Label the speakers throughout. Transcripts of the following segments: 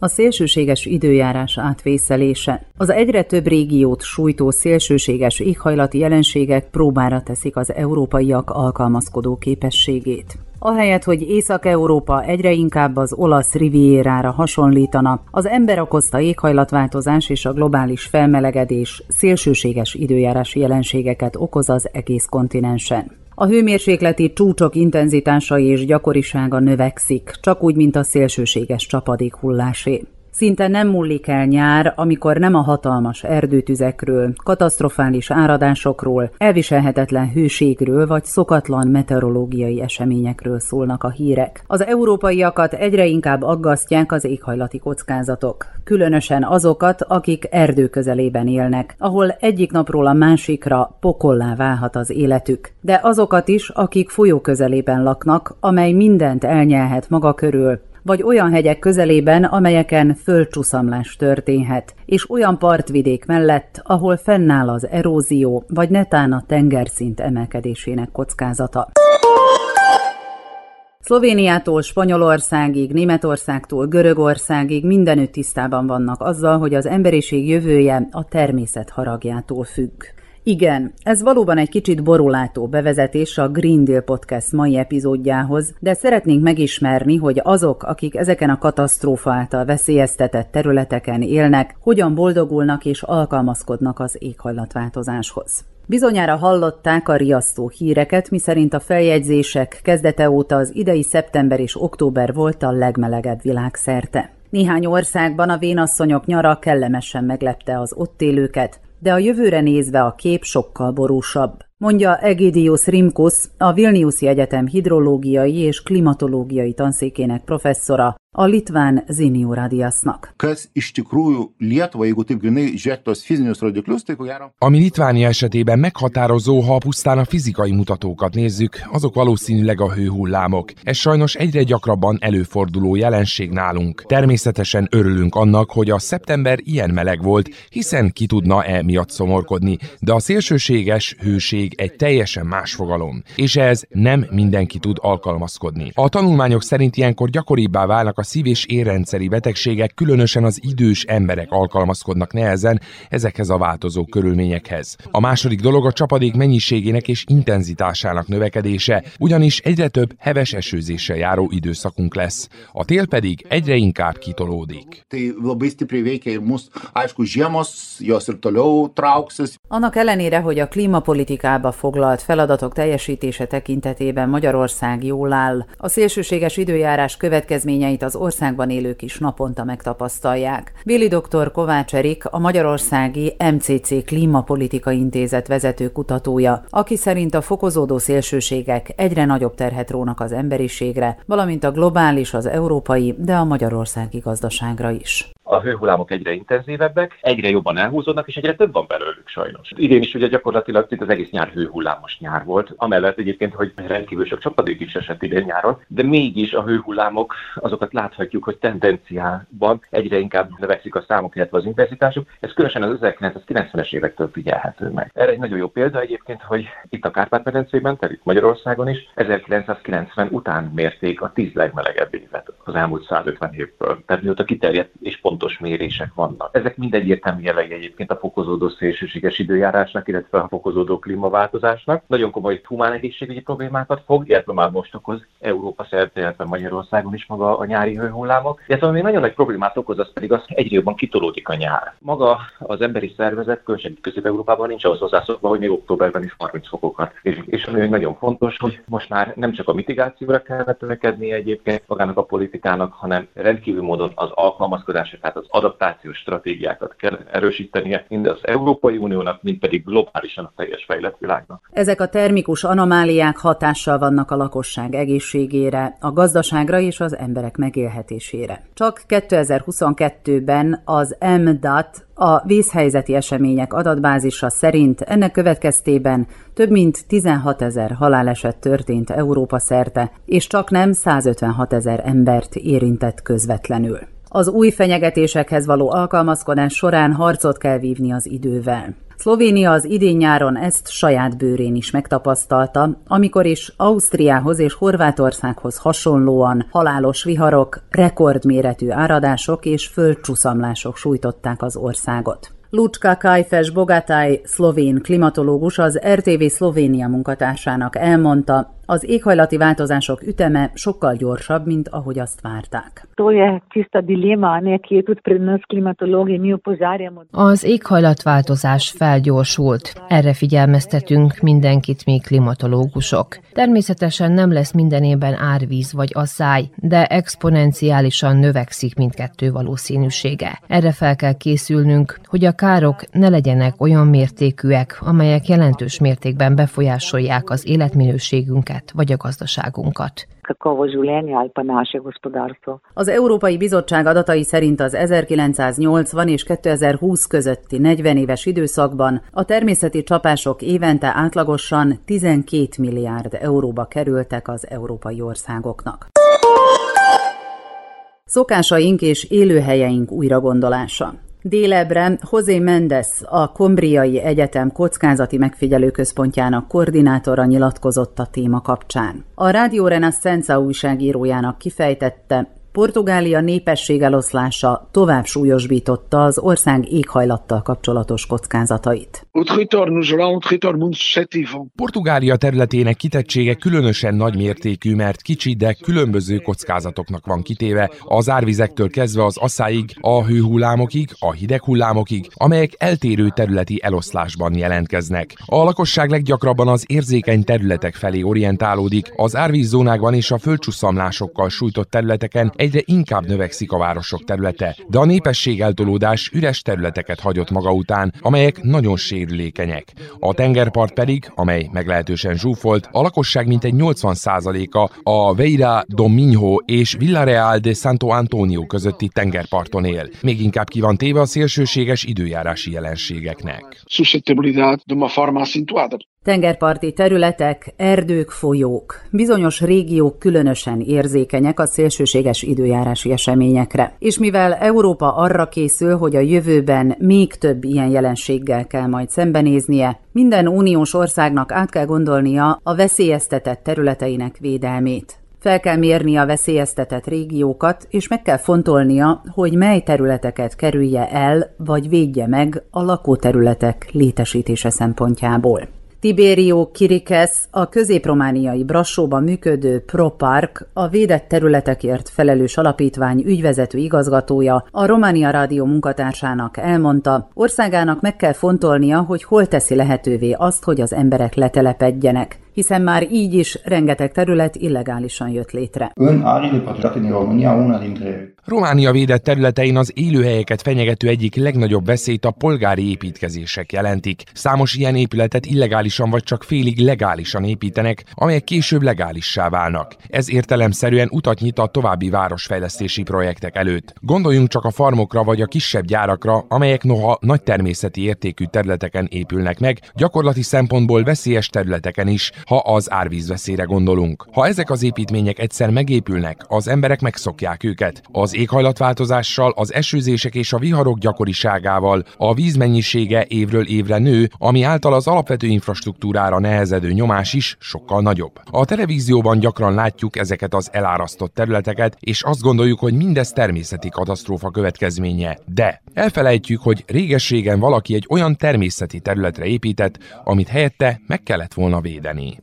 Speaker 1: A szélsőséges időjárás átvészelése. Az egyre több régiót sújtó szélsőséges éghajlati jelenségek próbára teszik az európaiak alkalmazkodó képességét. Ahelyett, hogy Észak-Európa egyre inkább az olasz rivierára hasonlítana, az ember okozta éghajlatváltozás és a globális felmelegedés szélsőséges időjárási jelenségeket okoz az egész kontinensen. A hőmérsékleti csúcsok intenzitása és gyakorisága növekszik, csak úgy, mint a szélsőséges csapadékhullásé. Szinte nem múlik el nyár, amikor nem a hatalmas erdőtüzekről, katasztrofális áradásokról, elviselhetetlen hőségről vagy szokatlan meteorológiai eseményekről szólnak a hírek. Az európaiakat egyre inkább aggasztják az éghajlati kockázatok, különösen azokat, akik erdő közelében élnek, ahol egyik napról a másikra pokollá válhat az életük, de azokat is, akik folyó közelében laknak, amely mindent elnyelhet maga körül, vagy olyan hegyek közelében, amelyeken földcsúszamlás történhet, és olyan partvidék mellett, ahol fennáll az erózió, vagy netán a tengerszint emelkedésének kockázata. Szlovéniától Spanyolországig, Németországtól Görögországig mindenütt tisztában vannak azzal, hogy az emberiség jövője a természet haragjától függ. Igen, ez valóban egy kicsit borulátó bevezetés a Green Deal Podcast mai epizódjához, de szeretnénk megismerni, hogy azok, akik ezeken a katasztrófa által veszélyeztetett területeken élnek, hogyan boldogulnak és alkalmazkodnak az éghajlatváltozáshoz. Bizonyára hallották a riasztó híreket, miszerint a feljegyzések kezdete óta az idei szeptember és október volt a legmelegebb világszerte. Néhány országban a vénasszonyok nyara kellemesen meglepte az ott élőket, de a jövőre nézve a kép sokkal borúsabb, mondja Egidius Rimkus, a Vilniuszi Egyetem hidrológiai és klimatológiai tanszékének professzora, a litván Zinio Radiasnak.
Speaker 2: Ami Litvánia esetében meghatározó, ha pusztán a fizikai mutatókat nézzük, azok valószínűleg a hőhullámok. Ez sajnos egyre gyakrabban előforduló jelenség nálunk. Természetesen örülünk annak, hogy a szeptember ilyen meleg volt, hiszen ki tudna emiatt szomorkodni, de a szélsőséges hőség egy teljesen más fogalom, és ez nem mindenki tud alkalmazkodni. A tanulmányok szerint ilyenkor gyakoribbá válnak a szív- és érrendszeri betegségek, különösen az idős emberek alkalmazkodnak nehezen ezekhez a változó körülményekhez. A második dolog a csapadék mennyiségének és intenzitásának növekedése, ugyanis egyre több heves esőzéssel járó időszakunk lesz. A tél pedig egyre inkább kitolódik.
Speaker 1: Annak ellenére, hogy a klímapolitikába foglalt feladatok teljesítése tekintetében Magyarország jól áll, a szélsőséges időjárás következményeit az országban élők is naponta megtapasztalják. Béli dr. Kovács Erik, a magyarországi MCC Klímapolitika Intézet vezető kutatója, aki szerint a fokozódó szélsőségek egyre nagyobb terhet rónak az emberiségre, valamint a globális, az európai, de a magyarországi gazdaságra is.
Speaker 3: A hőhullámok egyre intenzívebbek, egyre jobban elhúzódnak, és egyre több van belőlük sajnos. Idén is ugye gyakorlatilag az egész nyár hőhullámos nyár volt, amellett egyébként, hogy rendkívül sok csapadék is esett idén nyáron, de mégis a hőhullámok, azokat láthatjuk, hogy tendenciában egyre inkább növekszik a számok, illetve az intenzitásuk. Ez különösen az 1990-es évektől figyelhető meg. Erre egy nagyon jó példa egyébként, hogy itt a Kárpát-medencében, tehát itt Magyarországon is 1990 után mérték a 10 legmelegebb évet az elmúlt 150 évből. Tehát mióta kiterjedt és pontos mérések vannak. Ezek mind egyértelmű jelei egyébként a fokozódó szélsőséges időjárásnak, illetve a fokozódó klímaváltozásnak. Nagyon komoly humán egészségügyi problémákat fog, illetve már most okoz Európa szerte, illetve Magyarországon is maga a nyári hőhullámok. Illetve ami nagyon nagy problémát okoz, az pedig az, egyre jobban kitolódik a nyár. Maga az emberi szervezet, különösen Közép-Európában nincs ahhoz hozzászokva, hogy még októberben is 30 fokokat. És ami nagyon fontos, hogy most már nem csak a mitigációra kellene törekednie egyébként magának a politikának, hanem rendkívül módon az alkalmazkodásra, tehát az adaptációs stratégiákat kell erősítenie mind az Európai Uniónak, mind pedig globálisan a teljes fejlett világnak.
Speaker 1: Ezek a termikus anomáliák hatással vannak a lakosság egészségére, a gazdaságra és az emberek megélhetésére. Csak 2022-ben az MDAT, a vízhelyzeti események adatbázisa szerint ennek következtében több mint 16 000 haláleset történt Európa szerte, és csaknem 156 000 embert érintett közvetlenül. Az új fenyegetésekhez való alkalmazkodás során harcot kell vívni az idővel. Szlovénia az idén-nyáron ezt saját bőrén is megtapasztalta, amikor is Ausztriához és Horvátországhoz hasonlóan halálos viharok, rekordméretű áradások és földcsuszamlások sújtották az országot. Lucska Kajfes-Bogataj, szlovén klimatológus, az RTV Szlovénia munkatársának elmondta, az éghajlati változások üteme sokkal gyorsabb, mint ahogy azt várták.
Speaker 4: Az éghajlatváltozás felgyorsult. Erre figyelmeztetünk mindenkit, mi klimatológusok. Természetesen nem lesz minden évben árvíz vagy asszály, de exponenciálisan növekszik mindkettő valószínűsége. Erre fel kell készülnünk, hogy a károk ne legyenek olyan mértékűek, amelyek jelentős mértékben befolyásolják az életminőségünket vagy a gazdaságunkat.
Speaker 1: Az Európai Bizottság adatai szerint az 1980 és 2020 közötti 40 éves időszakban a természeti csapások évente átlagosan 12 milliárd euróba kerültek az európai országoknak. Szokásaink és élőhelyeink újragondolása. Délebre José Méndez, a Combriai Egyetem kockázati megfigyelőközpontjának koordinátora nyilatkozott a téma kapcsán. A Radio Renascença újságírójának kifejtette, Portugália népességeloszlása tovább súlyosbította az ország éghajlattal kapcsolatos kockázatait.
Speaker 2: Portugália területének kitettsége különösen nagy mértékű, mert kicsi, de különböző kockázatoknak van kitéve, az árvizektől kezdve az asszályig, a hőhullámokig, a hideghullámokig, amelyek eltérő területi eloszlásban jelentkeznek. A lakosság leggyakrabban az érzékeny területek felé orientálódik, az árvízzónákban és a földcsuszamlásokkal sújtott területeken egyre inkább növekszik a városok területe, de a népességeltolódás üres területeket hagyott maga után, amelyek nagyon sérülékenyek. A tengerpart pedig, amely meglehetősen zsúfolt, a lakosság mintegy 80%-a a Beira do Minho és Villarreal de Santo Antonio közötti tengerparton él. Még inkább ki van téve a szélsőséges időjárási jelenségeknek.
Speaker 1: Tengerparti területek, erdők, folyók. Bizonyos régiók különösen érzékenyek a szélsőséges időjárási eseményekre. És mivel Európa arra készül, hogy a jövőben még több ilyen jelenséggel kell majd szembenéznie, minden uniós országnak át kell gondolnia a veszélyeztetett területeinek védelmét. Fel kell mérni a veszélyeztetett régiókat, és meg kell fontolnia, hogy mely területeket kerülje el, vagy védje meg a lakóterületek létesítése szempontjából. Tiberio Kirikes, a közép-romániai Brassóban működő ProPark, a védett területekért felelős alapítvány ügyvezető igazgatója, a Románia Rádió munkatársának elmondta, országának meg kell fontolnia, hogy hol teszi lehetővé azt, hogy az emberek letelepedjenek, hiszen már így is rengeteg terület illegálisan jött létre.
Speaker 2: Románia védett területein az élőhelyeket fenyegető egyik legnagyobb veszélyt a polgári építkezések jelentik. Számos ilyen épületet illegálisan vagy csak félig legálisan építenek, amelyek később legálissá válnak. Ez értelemszerűen utat nyit a további városfejlesztési projektek előtt. Gondoljunk csak a farmokra vagy a kisebb gyárakra, amelyek noha nagy természeti értékű területeken épülnek meg, gyakorlati szempontból veszélyes területeken is, ha az árvízveszélyre gondolunk. Ha ezek az építmények egyszer megépülnek, az emberek megszokják őket. Az éghajlatváltozással, az esőzések és a viharok gyakoriságával a vízmennyisége évről évre nő, ami által az alapvető infrastruktúrára nehezedő nyomás is sokkal nagyobb. A televízióban gyakran látjuk ezeket az elárasztott területeket, és azt gondoljuk, hogy mindez természeti katasztrófa következménye. De elfelejtjük, hogy réges-régen valaki egy olyan természeti területre épített, amit helyette meg kellett volna védeni.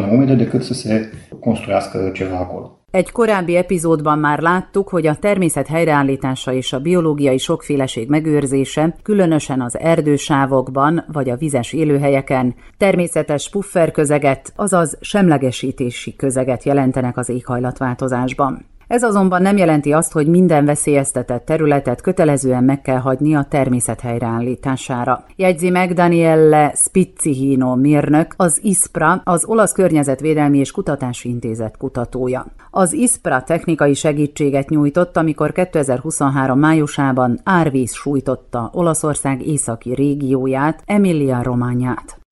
Speaker 1: Egy korábbi epizódban már láttuk, hogy a természet helyreállítása és a biológiai sokféleség megőrzése, különösen az erdősávokban vagy a vizes élőhelyeken, természetes pufferközeget, azaz semlegesítési közeget jelentenek az éghajlatváltozásban. Ez azonban nem jelenti azt, hogy minden veszélyeztetett területet kötelezően meg kell hagyni a természet helyreállítására. Jegyzi meg Daniele Spizzihino mérnök, az ISPRA, az Olasz Környezetvédelmi és Kutatási Intézet kutatója. Az ISPRA technikai segítséget nyújtott, amikor 2023 májusában árvíz sújtotta Olaszország északi régióját, Emilia-Romagnát.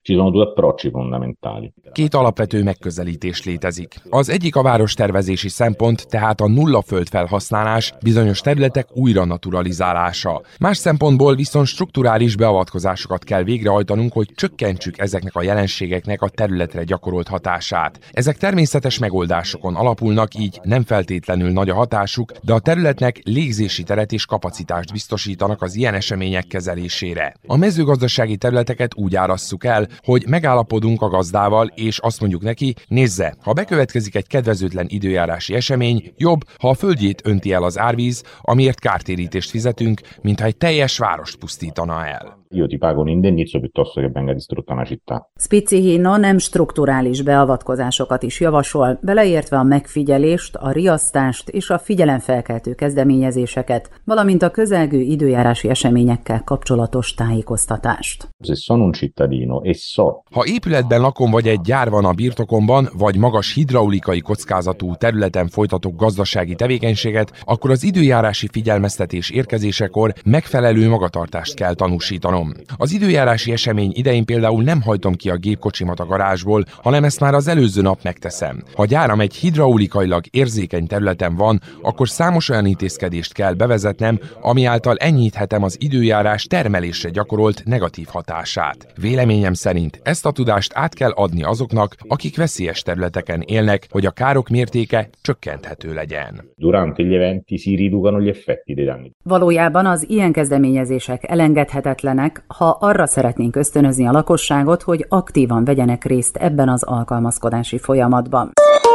Speaker 5: Ci sono due approcci fondamentali.
Speaker 2: Két alapvető megközelítés létezik. Az egyik a várostervezési szempont, tehát a nulla földfelhasználás, bizonyos területek újra naturalizálása. Más szempontból viszont strukturális beavatkozásokat kell végrehajtanunk, hogy csökkentsük ezeknek a jelenségeknek a területre gyakorolt hatását. Ezek természetes megoldásokon alapulnak, így nem feltétlenül nagy a hatásuk, de a területnek légzési teret és kapacitást biztosítanak az ilyen események kezelésére. A mezőgazdasági területeket úgy árasszuk el, hogy megállapodunk a gazdával, és azt mondjuk neki, nézze, ha bekövetkezik egy kedvezőtlen időjárási esemény, jobb, ha a földjét önti el az árvíz, amiért kártérítést fizetünk, mintha egy teljes várost pusztítana el.
Speaker 5: Io ti pago un indennizzo piuttosto che venga distrutta una città.
Speaker 1: Spicihino nem strukturális beavatkozásokat is javasol, beleértve a megfigyelést, a riasztást és a figyelemfelkeltő kezdeményezéseket, valamint a közelgő időjárási eseményekkel kapcsolatos tájékoztatást.
Speaker 5: Se sono un cittadino e so.
Speaker 2: Ha épületben lakom vagy egy gyár van a birtokomban, vagy magas hidraulikai kockázatú területen folytatok gazdasági tevékenységet, akkor az időjárási figyelmeztetés érkezésekor megfelelő magatartást kell tanúsítanom. Az időjárási esemény idején például nem hajtom ki a gépkocsimat a garázsból, hanem ezt már az előző nap megteszem. Ha gyáram egy hidraulikailag érzékeny területen van, akkor számos olyan intézkedést kell bevezetnem, ami által enyhíthetem az időjárás termelésre gyakorolt negatív hatását. Véleményem szerint ezt a tudást át kell adni azoknak, akik veszélyes területeken élnek, hogy a károk mértéke csökkenthető legyen.
Speaker 5: Durante gli eventi si riducano gli effetti dei danni.
Speaker 1: Valójában az ilyen kezdeményezések elengedhetetlenek, ha arra szeretnénk ösztönözni a lakosságot, hogy aktívan vegyenek részt ebben az alkalmazkodási folyamatban.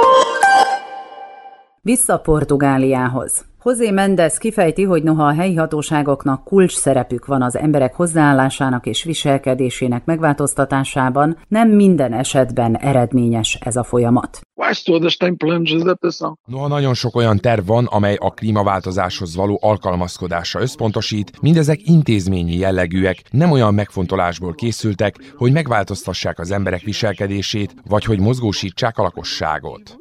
Speaker 1: Vissza Portugáliához. José Mendes kifejti, hogy noha a helyi hatóságoknak kulcs szerepük van az emberek hozzáállásának és viselkedésének megváltoztatásában, nem minden esetben eredményes ez a folyamat.
Speaker 2: Noha nagyon sok olyan terv van, amely a klímaváltozáshoz való alkalmazkodásra összpontosít, mindezek intézményi jellegűek, nem olyan megfontolásból készültek, hogy megváltoztassák az emberek viselkedését, vagy hogy mozgósítsák a lakosságot.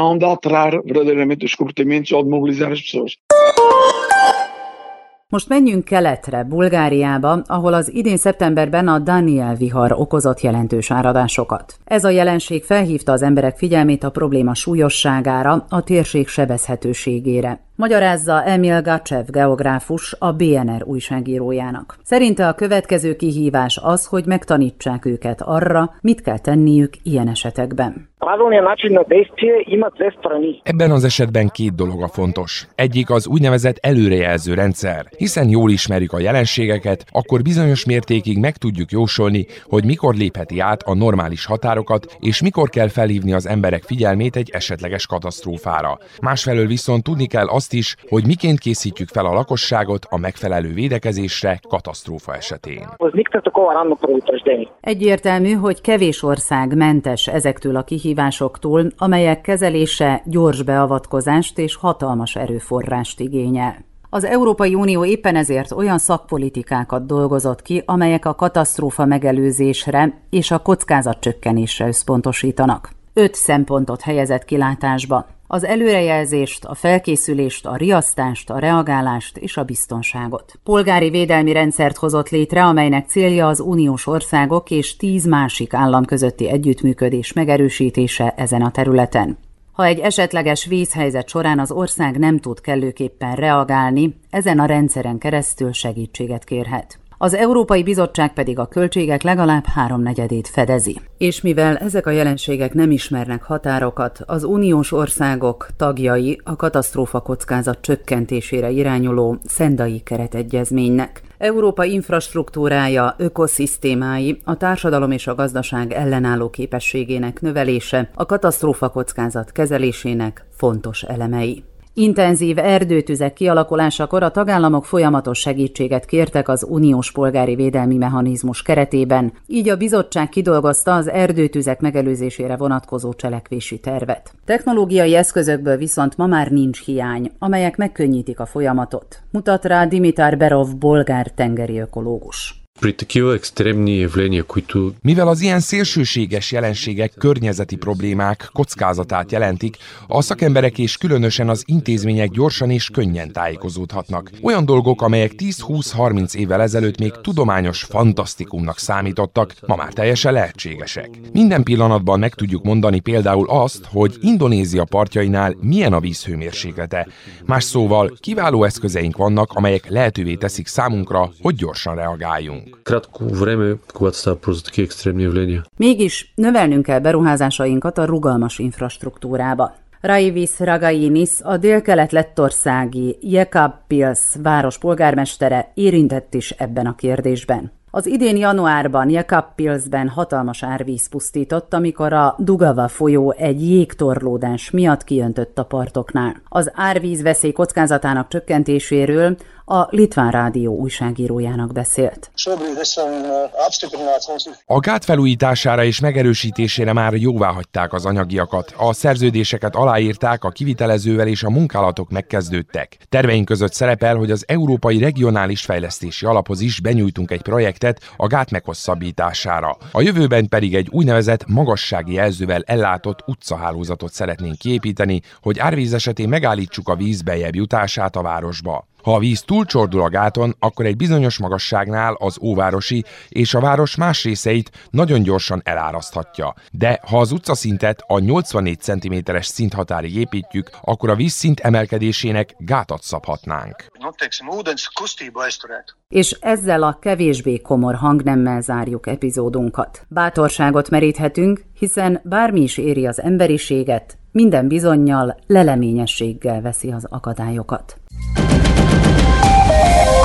Speaker 1: Most menjünk keletre, Bulgáriába, ahol az idén szeptemberben a Daniel vihar okozott jelentős áradásokat. Ez a jelenség felhívta az emberek figyelmét a probléma súlyosságára, a térség sebezhetőségére. Magyarázza Emil Gacev geográfus, a BNR újságírójának. Szerinte a következő kihívás az, hogy megtanítsák őket arra, mit kell tenniük ilyen esetekben.
Speaker 2: Ebben az esetben két dolog a fontos. Egyik az úgynevezett előrejelző rendszer. Hiszen jól ismerjük a jelenségeket, akkor bizonyos mértékig meg tudjuk jósolni, hogy mikor lépheti át a normális határokat, és mikor kell felhívni az emberek figyelmét egy esetleges katasztrófára. Másfelől viszont tudni kell azt is, hogy miként készítjük fel a lakosságot a megfelelő védekezésre katasztrófa esetén.
Speaker 1: Egyértelmű, hogy kevés ország mentes ezektől a kihívásoktól, amelyek kezelése gyors beavatkozást és hatalmas erőforrást igényel. Az Európai Unió éppen ezért olyan szakpolitikákat dolgozott ki, amelyek a katasztrófa megelőzésre és a kockázatcsökkenésre összpontosítanak. 5 szempontot helyezett kilátásba: az előrejelzést, a felkészülést, a riasztást, a reagálást és a biztonságot. Polgári védelmi rendszert hozott létre, amelynek célja az uniós országok és 10 másik állam közötti együttműködés megerősítése ezen a területen. Ha egy esetleges vízhelyzet során az ország nem tud kellőképpen reagálni, ezen a rendszeren keresztül segítséget kérhet. Az Európai Bizottság pedig a költségek legalább 3/4-ét fedezi. És mivel ezek a jelenségek nem ismernek határokat, az uniós országok tagjai a katasztrófa kockázat csökkentésére irányuló Szendai keretegyezménynek. Európa infrastruktúrája, ökoszisztémái, a társadalom és a gazdaság ellenálló képességének növelése a katasztrófa kockázat kezelésének fontos elemei. Intenzív erdőtüzek kialakulásakor a tagállamok folyamatos segítséget kértek az uniós polgári védelmi mechanizmus keretében, így a bizottság kidolgozta az erdőtüzek megelőzésére vonatkozó cselekvési tervet. Technológiai eszközökből viszont ma már nincs hiány, amelyek megkönnyítik a folyamatot, mutat rá Dimitar Berov bolgár tengeri ökológus.
Speaker 2: Mivel az ilyen szélsőséges jelenségek környezeti problémák kockázatát jelentik, a szakemberek és különösen az intézmények gyorsan és könnyen tájékozódhatnak. Olyan dolgok, amelyek 10-20-30 évvel ezelőtt még tudományos fantasztikumnak számítottak, ma már teljesen lehetségesek. Minden pillanatban meg tudjuk mondani például azt, hogy Indonézia partjainál milyen a vízhőmérséklete. Más szóval kiváló eszközeink vannak, amelyek lehetővé teszik számunkra, hogy gyorsan reagáljunk.
Speaker 1: Mégis növelnünk kell beruházásainkat a rugalmas infrastruktúrába. Raivis Ragainis, a délkelet-lettországi Jekabpils város polgármestere érintett is ebben a kérdésben. Az idén januárban Jekabpilsben hatalmas árvíz pusztított, amikor a Dugava folyó egy jégtorlódás miatt kiöntött a partoknál. Az árvíz veszély kockázatának csökkentéséről a Litván Rádió újságírójának beszélt.
Speaker 2: A gát felújítására és megerősítésére már jóváhagyták az anyagiakat. A szerződéseket aláírták, a kivitelezővel és a munkálatok megkezdődtek. Terveink között szerepel, hogy az Európai Regionális Fejlesztési Alaphoz is benyújtunk egy projektet a gát meghosszabbítására. A jövőben pedig egy úgynevezett magassági jelzővel ellátott utcahálózatot szeretnénk kiépíteni, hogy árvíz esetén megállítsuk a víz beljebb jutását a városba. Ha a víz túlcsordul a gáton, akkor egy bizonyos magasságnál az óvárosi és a város más részeit nagyon gyorsan eláraszthatja. De ha az utcaszintet a 84 cm-es szinthatárig építjük, akkor a vízszint emelkedésének gátat szabhatnánk.
Speaker 1: És ezzel a kevésbé komor hangnemmel zárjuk epizódunkat. Bátorságot meríthetünk, hiszen bármi is éri az emberiséget, minden bizonnyal leleményességgel veszi az akadályokat.